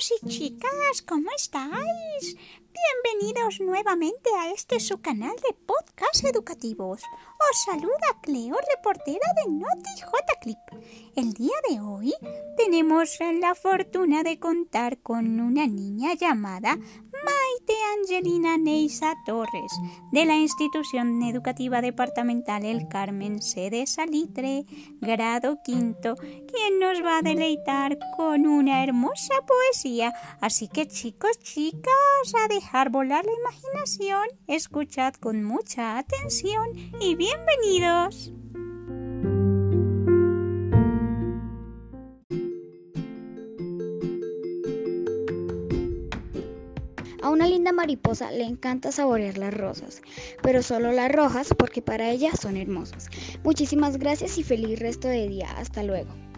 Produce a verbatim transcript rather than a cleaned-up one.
chicos y chicas, ¿cómo estáis? Bienvenidos nuevamente a este su canal de podcast educativos. Os saluda Cleo, reportera de Noti J Clip. El día de hoy tenemos la fortuna de contar con una niña llamada Maite Angelina Neisa Torres, de la Institución Educativa Departamental El Carmen, sede Salitre, grado quinto, quien nos va a deleitar con una hermosa poesía. Así que chicos, chicas, a dejar volar la imaginación, escuchad con mucha atención y bienvenidos. A una linda mariposa le encanta saborear las rosas, pero solo las rojas porque para ella son hermosas. Muchísimas gracias y feliz resto de día. Hasta luego.